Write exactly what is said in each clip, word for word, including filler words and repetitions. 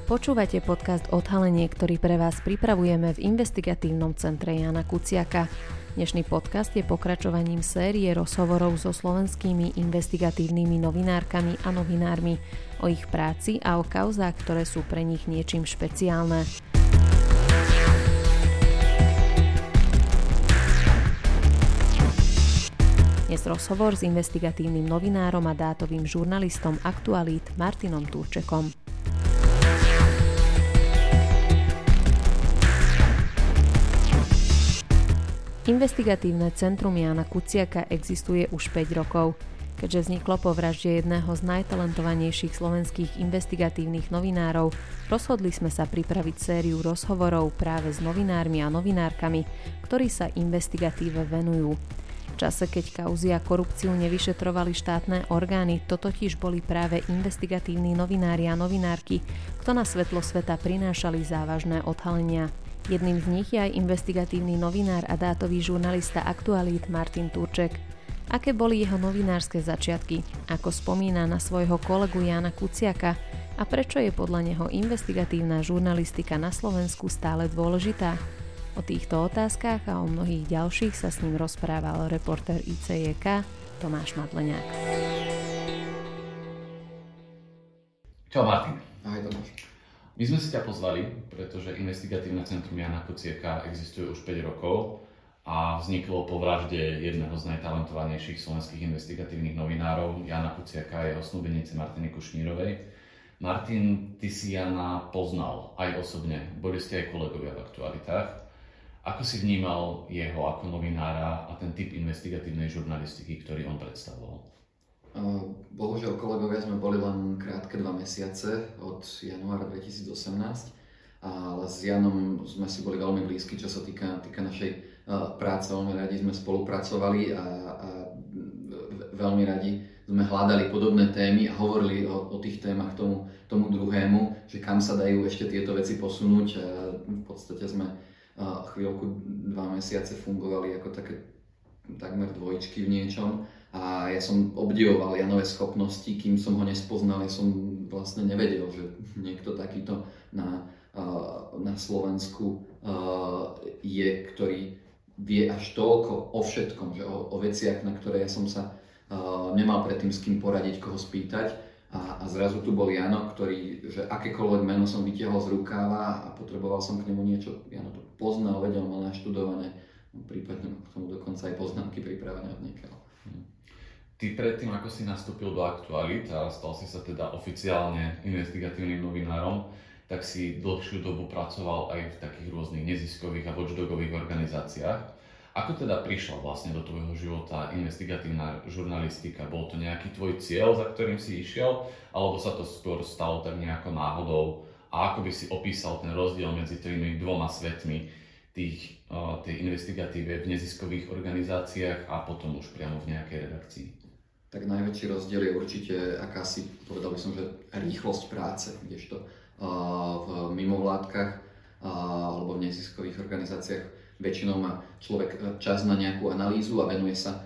Počúvate podcast Odhalenie, ktorý pre vás pripravujeme v investigatívnom centre Jána Kuciaka. Dnešný podcast je pokračovaním série rozhovorov so slovenskými investigatívnymi novinárkami a novinármi o ich práci a o kauzách, ktoré sú pre nich niečím špeciálne. Dnes rozhovor s investigatívnym novinárom a dátovým žurnalistom Aktualít Martinom Turčekom. Investigatívne centrum Jána Kuciaka existuje už päť rokov. Keďže vzniklo po vražde jedného z najtalentovanejších slovenských investigatívnych novinárov, rozhodli sme sa pripraviť sériu rozhovorov práve s novinármi a novinárkami, ktorí sa investigatíve venujú. V čase, keď kauzy a korupciu nevyšetrovali štátne orgány, to totiž boli práve investigatívni novinári a novinárky, kto na svetlo sveta prinášali závažné odhalenia. Jedným z nich je aj investigatívny novinár a dátový žurnalista Aktualít Martin Turček. Aké boli jeho novinárske začiatky? Ako spomína na svojho kolegu Jána Kuciaka? A prečo je podľa neho investigatívna žurnalistika na Slovensku stále dôležitá? O týchto otázkach a o mnohých ďalších sa s ním rozprával reportér í cé jé ká Tomáš Madleniak. Čau Martin. Ahoj Tomáš. My sme si ťa pozvali, pretože investigatívne centrum Jána Kuciaka existuje už päť rokov a vzniklo po vražde jedného z najtalentovanejších slovenských investigatívnych novinárov Jána Kuciaka a jeho snúbenice Martiny Kušnírovej. Martin, ty si Jana poznal aj osobne, boli ste aj kolegovia v Aktualitách. Ako si vnímal jeho ako novinára a ten typ investigatívnej žurnalistiky, ktorý on predstavoval? Bohužiaľ, kolegovia sme boli len krátke dva mesiace od januára dvetisícosemnásť, ale s Janom sme si boli veľmi blízki, čo sa týka, týka našej práce. Veľmi radi sme spolupracovali a, a veľmi radi sme hľadali podobné témy a hovorili o, o tých témach tomu, tomu druhému, že kam sa dajú ešte tieto veci posunúť. A v podstate sme chvíľku, dva mesiace fungovali ako také takmer dvojčky v niečom. A ja som obdivoval Janové schopnosti, kým som ho nespoznal, ja som vlastne nevedel, že niekto takýto na, na Slovensku je, ktorý vie až toľko o všetkom, že o, o veciach, na ktoré ja som sa nemal predtým s kým poradiť, koho spýtať. A, a zrazu tu bol Jano, ktorý, že akékoľvek meno som vytiahol z rukáva a potreboval som k nemu niečo, Jano to poznal, vedel, mal naštudované, prípadne k tomu dokonca aj poznámky pripravené od niekiaľ. Ty predtým, ako si nastúpil do Aktualít a stal si sa teda oficiálne investigatívnym novinárom, tak si dlhšiu dobu pracoval aj v takých rôznych neziskových a watchdogových organizáciách. Ako teda prišla vlastne do tvojho života investigatívna žurnalistika? Bol to nejaký tvoj cieľ, za ktorým si išiel? Alebo sa to skôr stalo tak nejako náhodou? A ako by si opísal ten rozdiel medzi tými dvoma svetmi tých, tej investigatíve v neziskových organizáciách a potom už priamo v nejakej redakcii? Tak najväčší rozdiel je určite akási, povedal by som, že rýchlosť práce, kdežto v mimovládkach alebo v neziskových organizáciách väčšinou má človek čas na nejakú analýzu a venuje sa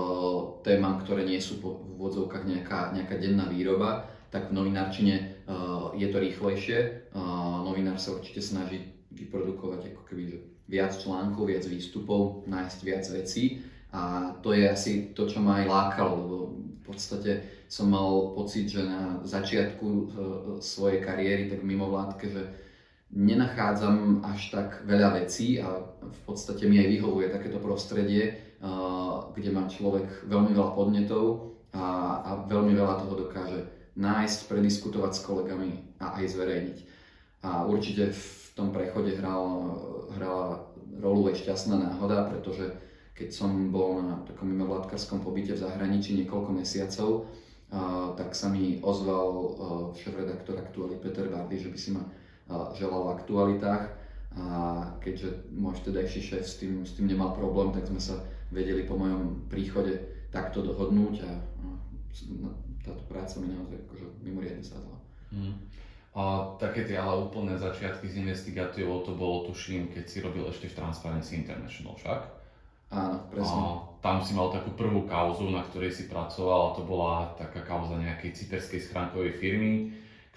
témam, ktoré nie sú v úvodzovkách nejaká, nejaká denná výroba, tak v novinárčine je to rýchlejšie. Novinár sa určite snaží vyprodukovať ako keby viac článkov, viac výstupov, nájsť viac vecí. A to je asi to, čo ma aj lákalo, lebo v podstate som mal pocit, že na začiatku svojej kariéry, tak v mimovládke, že nenachádzam až tak veľa vecí a v podstate mi aj vyhovuje takéto prostredie, kde má človek veľmi veľa podnetov a, a veľmi veľa toho dokáže nájsť, prediskutovať s kolegami a aj zverejniť. A určite v tom prechode hral, hrala rolu aj šťastná náhoda, pretože keď som bol na takom mimovládkarskom pobyte v zahraničí niekoľko mesiacov, uh, tak sa mi ozval uh, šéf-redaktor Aktualít Peter Bardy, že by si ma uh, želal v Aktualitách. A keďže môj vtedajší šéf s tým, s tým nemal problém, tak sme sa vedeli po mojom príchode takto dohodnúť a uh, táto práca mi naozaj akože mimoriadne sadla. Hmm. A také tie ale úplné začiatky s investigatívou to bolo, tuším, keď si robil ešte v Transparency International, však? Áno, presne. A tam si mal takú prvú kauzu, na ktorej si pracoval, a to bola taká kauza nejakej cyperskej schránkovej firmy,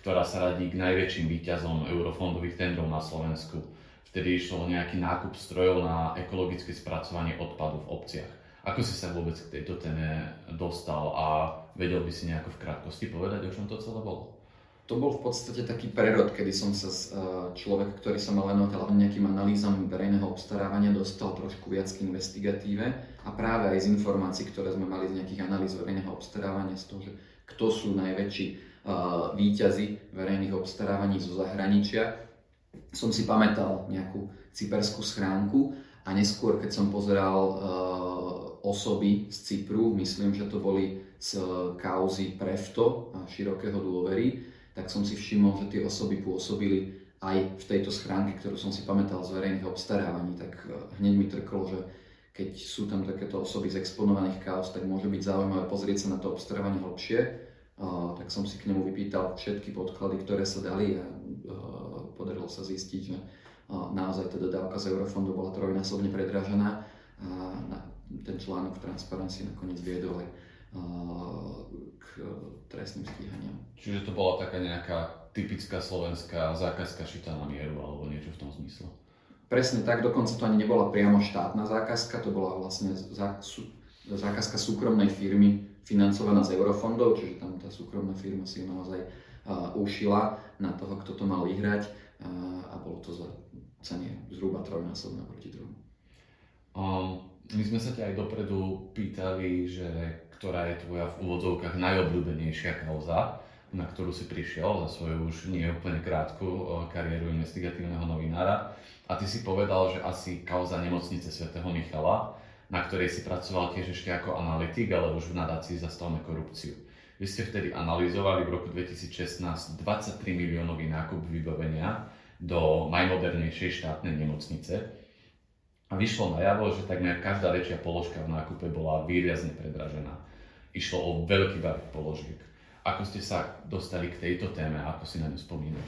ktorá sa radí k najväčším víťazom eurofondových tendrov na Slovensku. Vtedy išlo o nejaký nákup strojov na ekologické spracovanie odpadu v obciach. Ako si sa vôbec k tejto téme dostal a vedel by si nejako v krátkosti povedať, o čom to celé bolo? To bol v podstate taký prerod, kedy som sa človek, ktorý sa mal venovať hlavne nejakým analýzam verejného obstarávania, dostal trošku viac k investigatíve a práve aj z informácií, ktoré sme mali z nejakých analýz verejného obstarávania, z toho, že kto sú najväčší uh, víťazi verejných obstarávaní zo zahraničia, som si pamätal nejakú cyperskú schránku a neskôr, keď som pozeral uh, osoby z Cypru, myslím, že to boli z kauzy Prefto a Širokého dôvery, tak som si všimol, že tie osoby pôsobili aj v tejto schránke, ktorú som si pamätal z verejných obstarávaní. Tak hneď mi trklo, že keď sú tam takéto osoby z exponovaných kauz, tak môže byť zaujímavé pozrieť sa na to obstarávanie hlbšie. Uh, tak som si k nemu vypýtal všetky podklady, ktoré sa dali a uh, podarilo sa zistiť, že uh, naozaj teda dávka z Eurofondu bola trojnásobne predražená a na, ten článok v Transparency nakoniec viedol aj k trestným stíhaniam. Čiže to bola taká nejaká typická slovenská zákazka šitá na mieru alebo niečo v tom zmysle? Presne tak, dokonca to ani nebola priamo štátna zákazka, to bola vlastne zá, sú, zákazka súkromnej firmy financovaná z eurofondov, čiže tam tá súkromná firma si naozaj uh, ušila na toho, kto to mal vyhrať uh, a bolo to za cene zhruba trojnásobné proti druhom. Um, my sme sa ťa aj dopredu pýtali, že ktorá je tvoja v úvodzovkách najobľúbenejšia kauza, na ktorú si prišiel za svoju už nie úplne krátku kariéru investigatívneho novinára. A ty si povedal, že asi kauza nemocnice svätého Michala, na ktorej si pracoval tiež ešte ako analytik, ale už v nadácii Zastavme korupciu. Vy ste vtedy analyzovali v roku dvetisícšestnásť dvadsaťtri miliónový nákup vybavenia do najmodernejšej štátnej nemocnice. A vyšlo najavo, že takmer každá väčšia položka v nákupe bola výrazne predražená. Išlo o veľký balík položiek. Ako ste sa dostali k tejto téme a ako si na ňu spomínaš?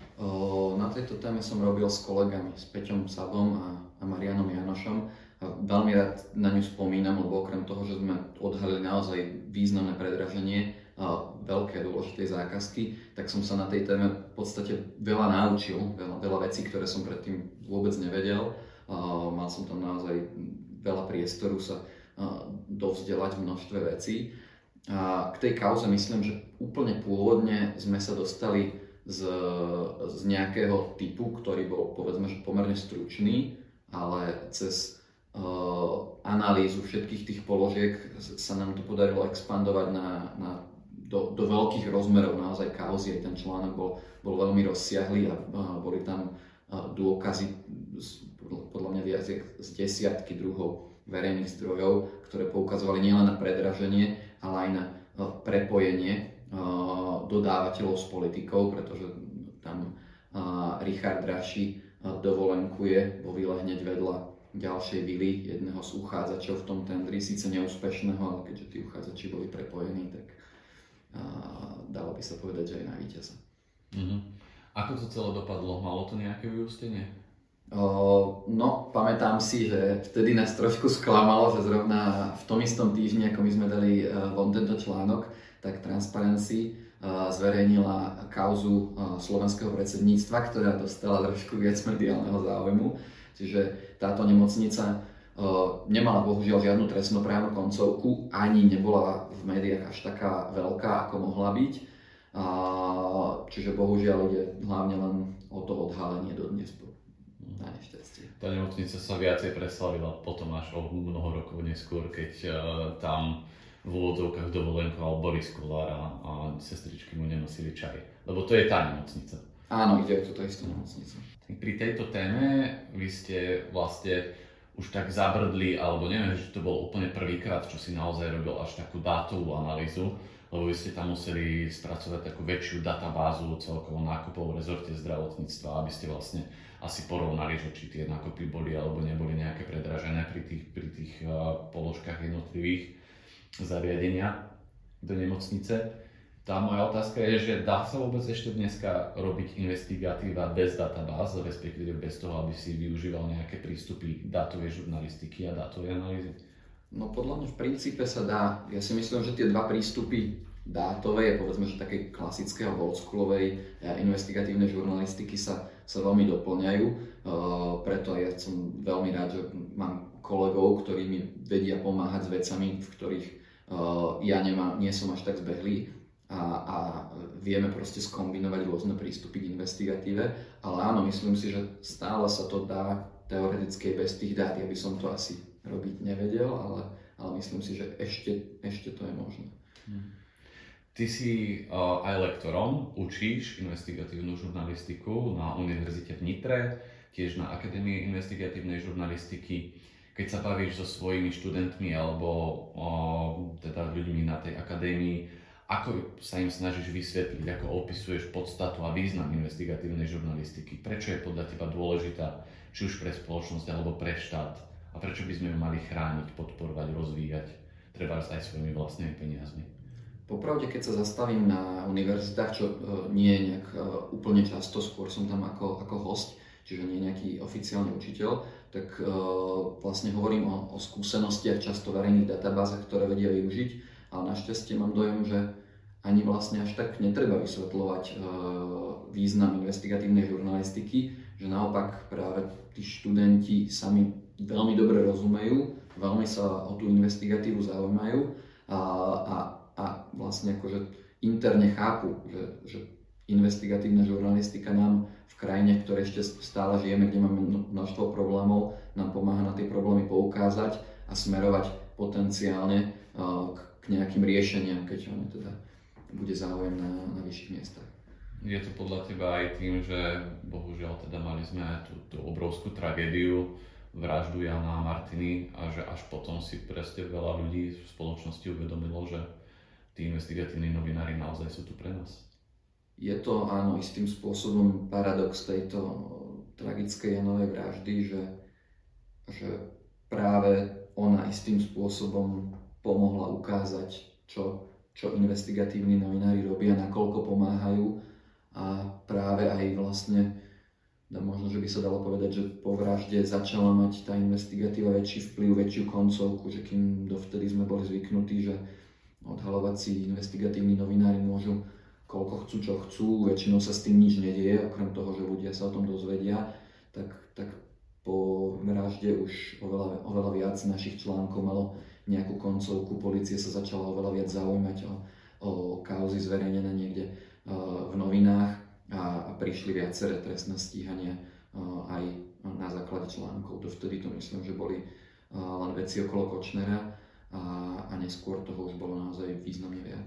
O, na tejto téme som robil s kolegami, s Peťom Sabom a, a Marianom Janošom. A veľmi rád na ňu spomínam, lebo okrem toho, že sme odhalili naozaj významné predraženie a veľké a dôležitej zákazky, tak som sa na tej téme v podstate veľa naučil, veľa, veľa vecí, ktoré som predtým vôbec nevedel. A mal som tam naozaj veľa priestoru sa dovzdelať v množstve vecí. A k tej kauze myslím, že úplne pôvodne sme sa dostali z, z nejakého typu, ktorý bol povedzme, že pomerne stručný, ale cez uh, analýzu všetkých tých položiek sa nám to podarilo expandovať na, na, do, do veľkých rozmerov naozaj kauzy. Aj ten článok bol, bol veľmi rozsiahlý a uh, boli tam uh, dôkazy z, podľa mňa viac z desiatky druhov verejných zdrojov, ktoré poukazovali nielen na predraženie, ale aj na prepojenie dodávateľov s politikou, pretože tam Richard Raši dovolenkuje vo vile hneď vedľa ďalšej vily jedného z uchádzačov v tom tendri, síce neúspešného, ale keďže tí uchádzači boli prepojení, tak dalo by sa povedať, že aj na víťaza. Mm-hmm. Ako to celé dopadlo? Malo to nejaké vyústenie? Uh, no, pamätám si, že vtedy nás trošku sklamalo, že zrovna v tom istom týždni, ako my sme dali uh, von tento článok, tak Transparency uh, zverejnila kauzu uh, slovenského predsedníctva, ktorá dostala trošku viac mediálneho záujmu. Čiže táto nemocnica uh, nemala bohužiaľ žiadnu trestnoprávnu koncovku, ani nebola v médiách až taká veľká, ako mohla byť. Uh, čiže bohužiaľ ide hlavne len o to odhalenie dodnes. Na nešťastie. Tá nemocnica sa viacej preslavila potom až o mnoho rokov neskôr, keď uh, tam v úvodzovkách dovolenkoval Boris Kollár a, a sestričky mu nenosili čaj. Lebo to je tá nemocnica. Áno, ide o túto istú nemocnicu. Pri tejto téme vy ste vlastne už tak zabrdli, alebo neviem, že to bol úplne prvýkrát, čo si naozaj robil až takú dátovú analýzu, lebo vy ste tam museli spracovať takú väčšiu databázu celkovo nákupov v rezorte zdravotníctva, aby ste vlastne asi porovnali, že či tie nákupy boli alebo neboli nejaké predražené pri tých, pri tých uh, položkách jednotlivých zariadenia do nemocnice. Tá moja otázka je, že dá sa vôbec ešte dneska robiť investigatíva bez databáz, respektíve bez toho, aby si využíval nejaké prístupy dátovej žurnalistiky a dátovej analýzy? No podľa mňa v princípe sa dá. Ja si myslím, že tie dva prístupy dátovej a povedzme, že takej klasickej alebo oldschoolovej investigatívnej žurnalistiky sa, sa veľmi doplňajú. Preto ja som veľmi rád, že mám kolegov, ktorí mi vedia pomáhať s vecami, v ktorých ja nemám, nie som až tak zbehlý a, a vieme proste skombinovať rôzne prístupy k investigatíve. Ale áno, myslím si, že stále sa to dá teoreticky bez tých dát. Ja by som to asi robiť nevedel, ale, ale myslím si, že ešte, ešte to je možné. Hmm. Ty si uh, aj lektorom, učíš investigatívnu žurnalistiku na Univerzite v Nitre, tiež na Akadémii investigatívnej žurnalistiky. Keď sa bavíš so svojimi študentmi alebo uh, teda ľuďmi na tej akadémii, ako sa im snažíš vysvetliť, ako opisuješ podstatu a význam investigatívnej žurnalistiky? Prečo je podľa teba dôležitá, či už pre spoločnosť alebo pre štát? A prečo by sme ju mali chrániť, podporovať, rozvíjať, treba aj svojimi vlastnými peniazmi? Popravde, keď sa zastavím na univerzitách, čo uh, nie je nejak uh, úplne často, skôr som tam ako, ako host, čiže nie nejaký oficiálny učiteľ, tak uh, vlastne hovorím o, o skúsenostiach často verejných databázach, ktoré vedia využiť, ale našťastie mám dojem, že ani vlastne až tak netreba vysvetľovať uh, význam investigatívnej žurnalistiky, že naopak práve tí študenti sami veľmi dobre rozumejú, veľmi sa o tú investigatívu zaujímajú a, a a vlastne akože interne chápu, že, že investigatívna žurnalistika nám v krajine, v ktorej ešte stále žijeme, kde máme množstvo problémov, nám pomáha na tie problémy poukázať a smerovať potenciálne uh, k nejakým riešeniam, keď ono teda bude záujem na, na vyšších miestach. Je to podľa teba aj tým, že bohužiaľ teda mali sme tú, tú obrovskú tragédiu, vraždu Jana a Martiny a že až potom si presne veľa ľudí v spoločnosti uvedomilo, že tí investigatívni novinári naozaj sú tu pre nás? Je to áno, istým spôsobom paradox tejto tragickej Janovej vraždy, že, že práve ona istým spôsobom pomohla ukázať, čo, čo investigatívni novinári robia, nakoľko pomáhajú a práve aj vlastne, možno, že by sa dalo povedať, že po vražde začala mať tá investigatíva väčší vplyv, väčšiu koncovku, že kým dovtedy sme boli zvyknutí, že odhalovací investigatívni novinári môžu koľko chcú, čo chcú, väčšinou sa s tým nič nedieje, okrem toho, že ľudia sa o tom dozvedia, tak, tak po vražde už oveľa, oveľa viac našich článkov malo nejakú koncovku, polícia sa začala oveľa viac zaujímať o, o kauzy zverejnené niekde uh, v novinách a, a prišli viaceré trestné stíhania uh, aj na základe článkov. Dovtedy to myslím, že boli uh, len veci okolo Kočnera, A, a neskôr toho už bolo naozaj významne viac.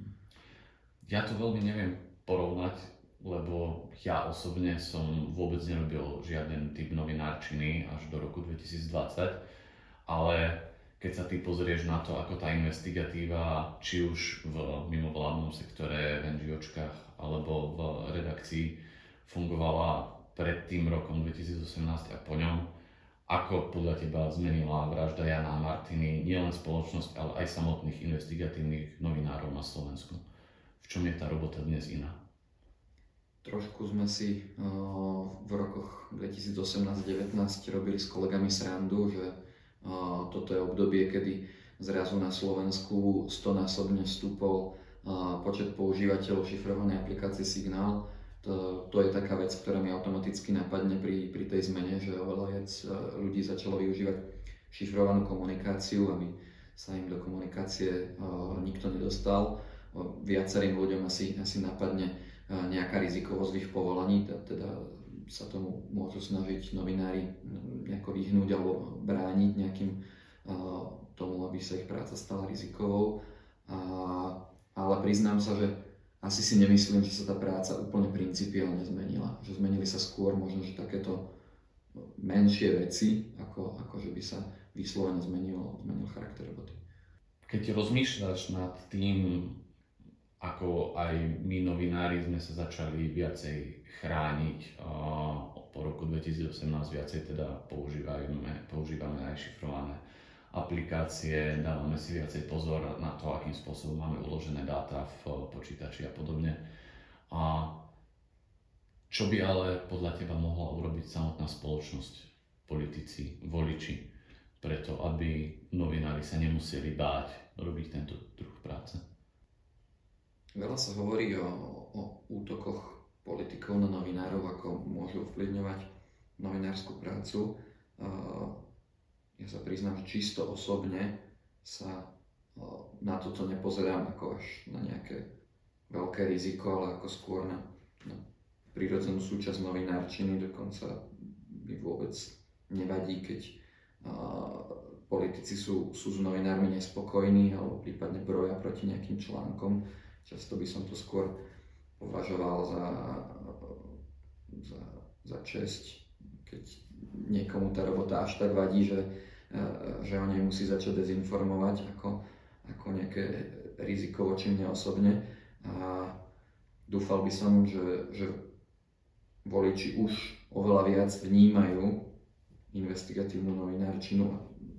Ja to veľmi neviem porovnať, lebo ja osobne som vôbec nerobil žiaden typ novinárčiny až do roku dvetisícdvadsať, ale keď sa ty pozrieš na to, ako tá investigatíva, či už v mimovládnom sektore, v NGOčkách alebo v redakcii fungovala pred tým rokom dvetisícosemnásť a po ňom, ako podľa teba zmenila vražda Jana a Martiny nielen spoločnosť, ale aj samotných investigatívnych novinárov na Slovensku? V čom je tá robota dnes iná? Trošku sme si uh, v rokoch dvetisícosemnásť devätnásť robili s kolegami srandu, že uh, toto je obdobie, kedy zrazu na Slovensku stonásobne vstúpol uh, počet používateľov šifrovanej aplikácie Signál. To, to je taká vec, ktorá mi automaticky napadne pri, pri tej zmene, že oveľa viac ľudí začalo využívať šifrovanú komunikáciu, aby sa im do komunikácie uh, nikto nedostal. Uh, viacerým ľuďom asi, asi napadne uh, nejaká rizikovosť v ich povolaní, teda sa tomu môžu snažiť novinári nejako vyhnúť alebo brániť nejakým uh, tomu, aby sa ich práca stala rizikovou. Uh, ale priznám sa, že asi si nemyslím, že sa tá práca úplne principiálne zmenila. Že zmenili sa skôr možno, že takéto menšie veci, ako, ako že by sa vyslovene zmenil, zmenil charakter roboty. Keď rozmýšľaš nad tým, ako aj my novinári sme sa začali viacej chrániť, po roku dvetisícosemnásť viacej teda používame, používame aj šifrované aplikácie, dávame si viacej pozor na to, akým spôsobom máme uložené dáta v počítači a podobne. A čo by ale podľa teba mohla urobiť samotná spoločnosť, politici, voliči, preto aby novinári sa nemuseli báť robiť tento druh práce? veľa sa hovorí o, o útokoch politikov na novinárov, ako môžu ovplyvňovať novinárskú prácu. Ja sa priznám, že čisto osobne sa na toto nepozerám ako až na nejaké veľké riziko, ale ako skôr na, na prirodzenú súčasť novinárčiny. Dokonca mi vôbec nevadí, keď politici sú, sú s novinármi nespokojní alebo prípadne broja proti nejakým článkom. Často by som to skôr považoval za, za, za česť, keď niekomu tá robota až tak vadí, že, že o nej musí začať dezinformovať ako, ako nejaké riziko voči mne osobne. A dúfal by som, že, že voliči už oveľa viac vnímajú investigatívnu novinárčinu a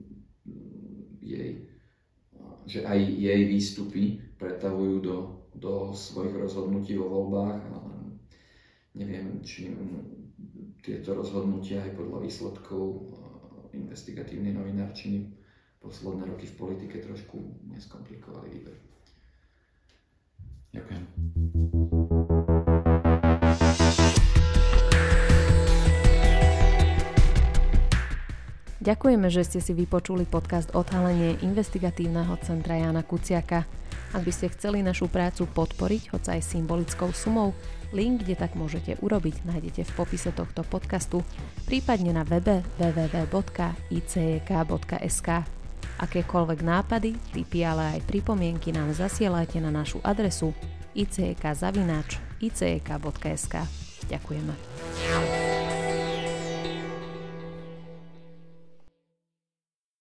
jej, že aj jej výstupy pretavujú do, do svojich rozhodnutí vo voľbách. A neviem, či tieto rozhodnutia aj podľa výsledkov investigatívnej novinárčiny posledné roky v politike trošku neskomplikovali výber. Ďakujem. Ďakujeme, že ste si vypočuli podcast Odhalenie investigatívneho centra Jána Kuciaka. Ak by ste chceli našu prácu podporiť, hoď aj symbolickou sumou, link, kde tak môžete urobiť, nájdete v popise tohto podcastu, prípadne na webe w w w bodka i c e k bodka s k. Akékoľvek nápady, tipy, ale aj pripomienky nám zasielajte na našu adresu i c e k zavináč i c e k bodka s k. Ďakujeme.